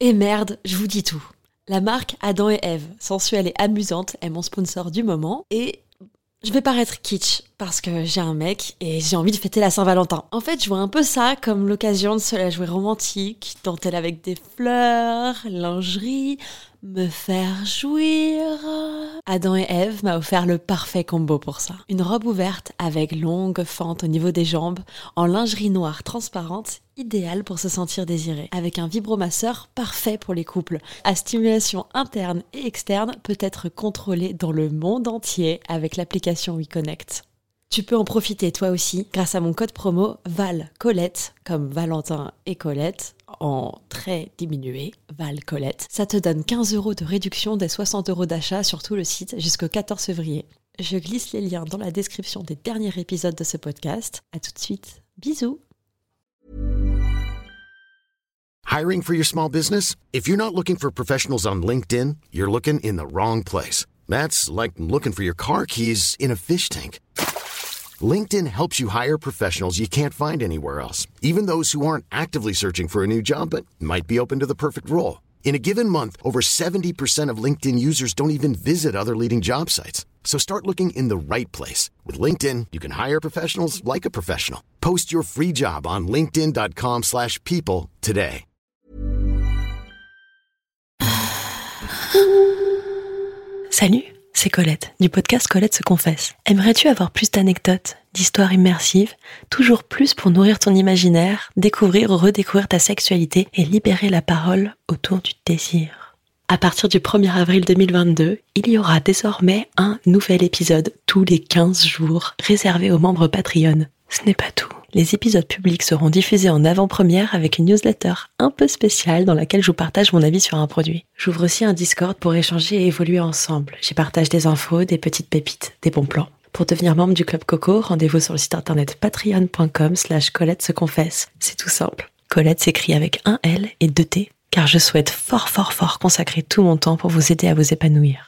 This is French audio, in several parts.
Et merde, je vous dis tout. La marque Adam et Ève, sensuelle et amusante, est mon sponsor du moment et je vais paraître kitsch parce que j'ai un mec et j'ai envie de fêter la Saint-Valentin. En fait, je vois un peu ça comme l'occasion de se la jouer romantique, dentelle avec des fleurs, lingerie, me faire jouir. Adam et Ève m'a offert le parfait combo pour ça. Une robe ouverte avec longue fente au niveau des jambes, en lingerie noire transparente, idéale pour se sentir désiré. Avec un vibromasseur parfait pour les couples. À stimulation interne et externe, peut être contrôlée dans le monde entier avec l'application WeConnect. Tu peux en profiter toi aussi grâce à mon code promo VALCOLETTE, comme Valentin et Colette, en très diminué, VALCOLETTE. Ça te donne 15 € de réduction des 60 € d'achat sur tout le site jusqu'au 14 février. Je glisse les liens dans la description des derniers épisodes de ce podcast. À tout de suite. Bisous. Hiring for your small business? If you're not looking for professionals on LinkedIn, you're looking in the wrong place. That's like looking for your car keys in a fish tank. LinkedIn helps you hire professionals you can't find anywhere else, even those who aren't actively searching for a new job but might be open to the perfect role. In a given month, over 70% of LinkedIn users don't even visit other leading job sites. So start looking in the right place. With LinkedIn, you can hire professionals like a professional. Post your free job on linkedin.com/people today. Salut, c'est Colette, du podcast Colette se confesse. Aimerais-tu avoir plus d'anecdotes, d'histoires immersives, toujours plus pour nourrir ton imaginaire, découvrir ou redécouvrir ta sexualité et libérer la parole autour du désir? À partir du 1er avril 2022, il y aura désormais un nouvel épisode tous les 15 jours réservé aux membres Patreon. Ce n'est pas tout. Les épisodes publics seront diffusés en avant-première avec une newsletter un peu spéciale dans laquelle je vous partage mon avis sur un produit. J'ouvre aussi un Discord pour échanger et évoluer ensemble. J'y partage des infos, des petites pépites, des bons plans. Pour devenir membre du Club Coco, rendez-vous sur le site internet patreon.com/Colette se confesse. C'est tout simple. Colette s'écrit avec un L et 2 T, car je souhaite fort consacrer tout mon temps pour vous aider à vous épanouir.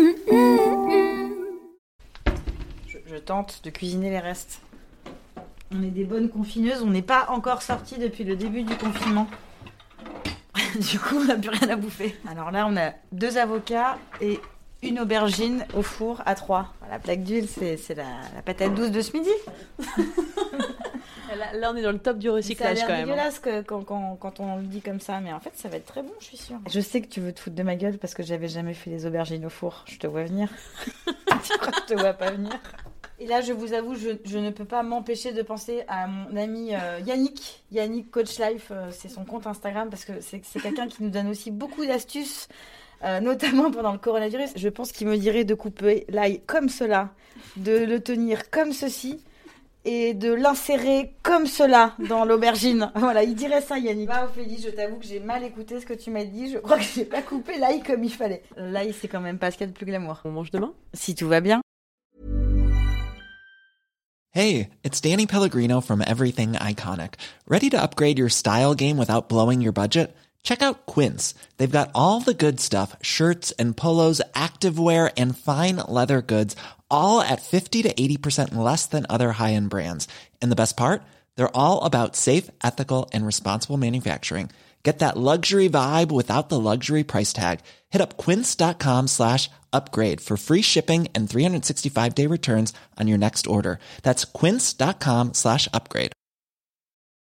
Je tente de cuisiner les restes. On est des bonnes confineuses, on n'est pas encore sortis depuis le début du confinement. Du coup, on n'a plus rien à bouffer. Alors là, on a 2 avocats et une aubergine au four à 3. La plaque d'huile, c'est la patate douce de ce midi. Là, on est dans le top du recyclage quand même. C'est dégueulasse quand on le dit comme ça, mais en fait, ça va être très bon, je suis sûre. Je sais que tu veux te foutre de ma gueule parce que j'avais jamais fait les aubergines au four. Je te vois venir. Tu crois que je te vois pas venir? Et là, je vous avoue, je ne peux pas m'empêcher de penser à mon ami Yannick Coach Life, c'est son compte Instagram, parce que c'est quelqu'un qui nous donne aussi beaucoup d'astuces, notamment pendant le coronavirus. Je pense qu'il me dirait de couper l'ail comme cela, de le tenir comme ceci, et de l'insérer comme cela dans l'aubergine. Voilà, il dirait ça, Yannick. Bah, Ophélie, je t'avoue que j'ai mal écouté ce que tu m'as dit. Je crois que j'ai pas coupé l'ail comme il fallait. L'ail, c'est quand même pas ce qu'il y a de plus glamour. On mange demain? Si tout va bien. Hey, it's Danny Pellegrino from Everything Iconic. Ready to upgrade your style game without blowing your budget? Check out Quince. They've got all the good stuff, shirts and polos, activewear, and fine leather goods, all at 50 to 80% less than other high-end brands. And the best part? They're all about safe, ethical, and responsible manufacturing. Get that luxury vibe without the luxury price tag. Hit up quince.com/upgrade for free shipping and 365-day returns on your next order. That's quince.com/upgrade.